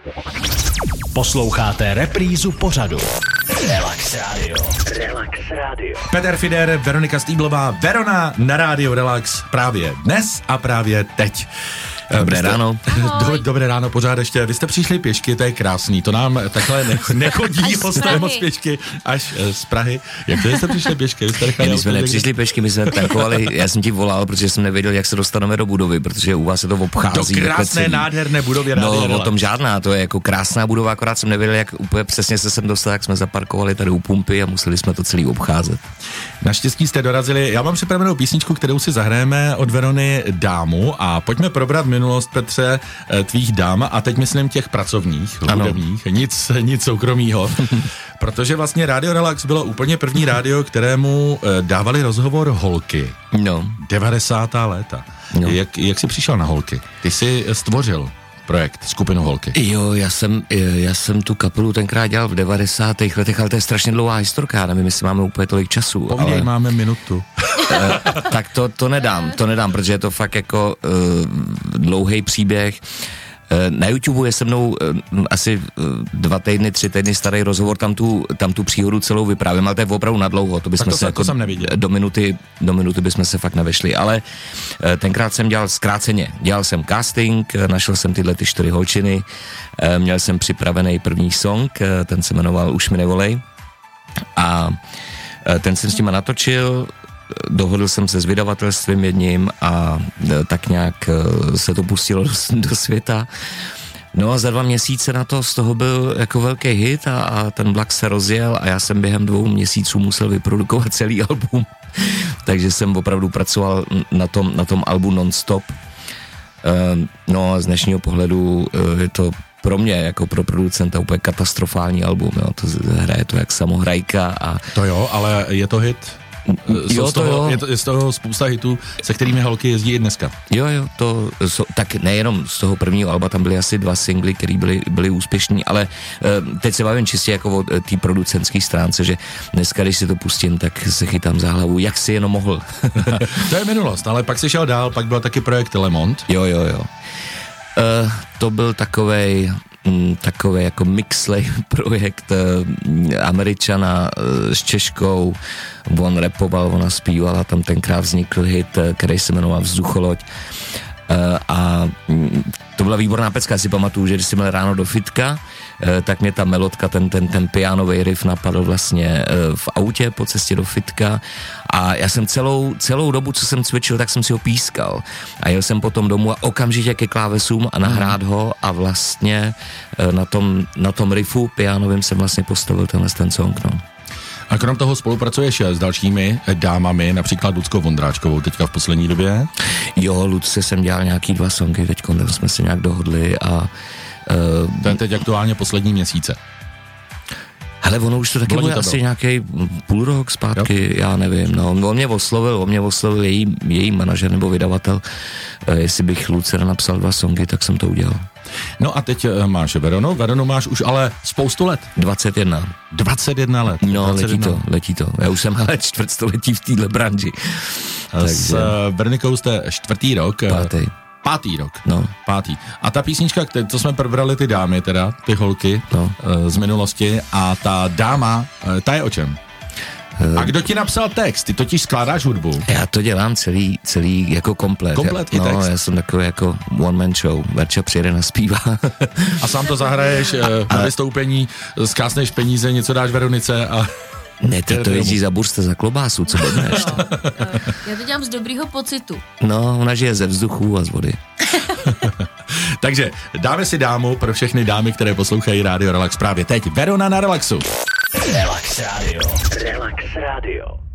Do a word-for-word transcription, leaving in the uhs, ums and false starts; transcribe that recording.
Posloucháte reprízu pořadu Relax Radio. Relax Radio. Petr Fider, Veronika Stýblová, Verona na rádiu Relax právě dnes a právě teď. Dobré jste, ráno. Do, dobré ráno, pořád ještě. Vy jste přišli pěšky, to je krásný. To nám takhle ne, nechodí hosté moc pěšky až z Prahy. Jak to jste přišli pěšky? Vy jste my jsme nepřišli pěšky, my jsme tankovali. Já jsem ti volal, protože jsem nevěděl, jak se dostaneme do budovy, protože u vás se to obchází. Do krásné, nádherné budovy. No, o tom žádná, to je jako krásná budova, akorát jsem nevěděl, jak úplně přesně se sem dostal, jak jsme zaparkovali tady u pumpy a museli jsme to celý obcházet. Naštěstí jste dorazili. Já mám připravenou písničku, kterou si zahrajeme od Verony Dámu a pojďme probrat minulost, Petře, tvých dám a teď myslím těch pracovních, hudebních, nic, nic soukromýho, protože vlastně Radio Relax bylo úplně první rádio, kterému dávali rozhovor holky. No. devadesátá léta. No. Jak, jak jsi přišel na holky? Ty jsi stvořil projekt, skupinu Holky. Jo, já jsem, já jsem tu kapelu tenkrát dělal v devadesátých letech, ale to je strašně dlouhá historka, nevím, jestli máme úplně tolik času. Povídej, ale máme minutu. Tak to, to nedám, to nedám, protože je to fakt jako uh, dlouhý příběh. Na YouTube je se mnou asi dva týdny, tři týdny starý rozhovor, tam tu, tam tu příhodu celou vyprávím, ale to je opravdu nadlouho, to bychom to se jako do minuty, do minuty bychom se fakt nevešli, ale tenkrát jsem dělal zkráceně, dělal jsem casting, našel jsem tyhle ty čtyři holčiny, měl jsem připravený první song, ten se jmenoval Už mi nevolej a ten jsem s nima natočil. Dohodl jsem se s vydavatelstvím jedním a tak nějak se to pustilo do, do světa. No a za dva měsíce na to z toho byl jako velký hit a, a ten vlak se rozjel a já jsem během dvou měsíců musel vyprodukovat celý album. Takže jsem opravdu pracoval na tom, na tom albu non-stop. No a z dnešního pohledu je to pro mě, jako pro producenta, úplně katastrofální album. Jo. To hraje to jak samohrajka. A to jo, ale je to hit? Jo, z toho, je, to, je z toho spousta hitů, se kterými holky jezdí i dneska. Jo, jo, to so, tak nejenom z toho prvního alba, tam byly asi dva singly, které byly, byly úspěšní, ale uh, teď se bavím čistě jako o té producentské stránce, že dneska, když si to pustím, tak se chytám za hlavu, jak si jenom mohl. To je minulost, ale pak si šel dál, pak byl taky projekt Lemont. Jo, jo, jo. Uh, to byl takovej takový jako mixlej projekt Američana s Češkou, on rapoval, ona zpívala, tam tenkrát vznikl hit, který se jmenoval Vzducholoď a to byla výborná pecka, já si pamatuju, že když jsem měl ráno do fitka, tak mě ta melodka, ten, ten, ten pianový riff napadl vlastně v autě po cestě do fitka a já jsem celou, celou dobu, co jsem cvičil, tak jsem si ho pískal a jel jsem potom domů a okamžitě ke klávesům a nahrát ho a vlastně na tom, na tom riffu pianovým jsem vlastně postavil tenhle ten song, no. A krom toho spolupracuješ s dalšími dámami, například Luckou Vondráčkovou teďka v poslední době? Jo, Lucce jsem dělal nějaký dva songy, teď jsme se nějak dohodli a... Uh, Ten teď aktuálně poslední měsíce. Hele, ono už to taky bude asi nějaký půl rok zpátky, jo? Já nevím, no. On mě oslovil, on mě oslovil její, její manažer nebo vydavatel, uh, jestli bych Lucce napsal dva songy, tak jsem to udělal. No a teď uh, máš Veronu, Veronu máš už ale spoustu let. dvacet jedna. dvacet jedna let. No, dvacet jedna. letí to, letí to. Já už jsem ale čtvrtstoletí v téhle branži. S uh, Veronikou jste čtvrtý rok. Pátý. Pátý rok. No. Pátý. A ta písnička, co jsme probrali ty dámy teda, ty holky no. z minulosti a ta dáma, ta je o čem? A kdo ti napsal text? Ty totiž skládáš hudbu. Já to dělám celý, celý jako komplet. Komplet já, i text. No, já jsem takový jako one man show. Verča přijede na zpívá. A sám to zahraješ a, na vystoupení, zkásneš peníze, něco dáš Veronice a... Ne, to, to jezdí za bursta, za klobásu, co bodneš. Já to dělám z dobrýho pocitu. No, ona žije ze vzduchu a z vody. Takže dáme si dámu pro všechny dámy, které poslouchají Radio Relax právě teď. Verona na Relaxu. Relax Radio. Relax Radio.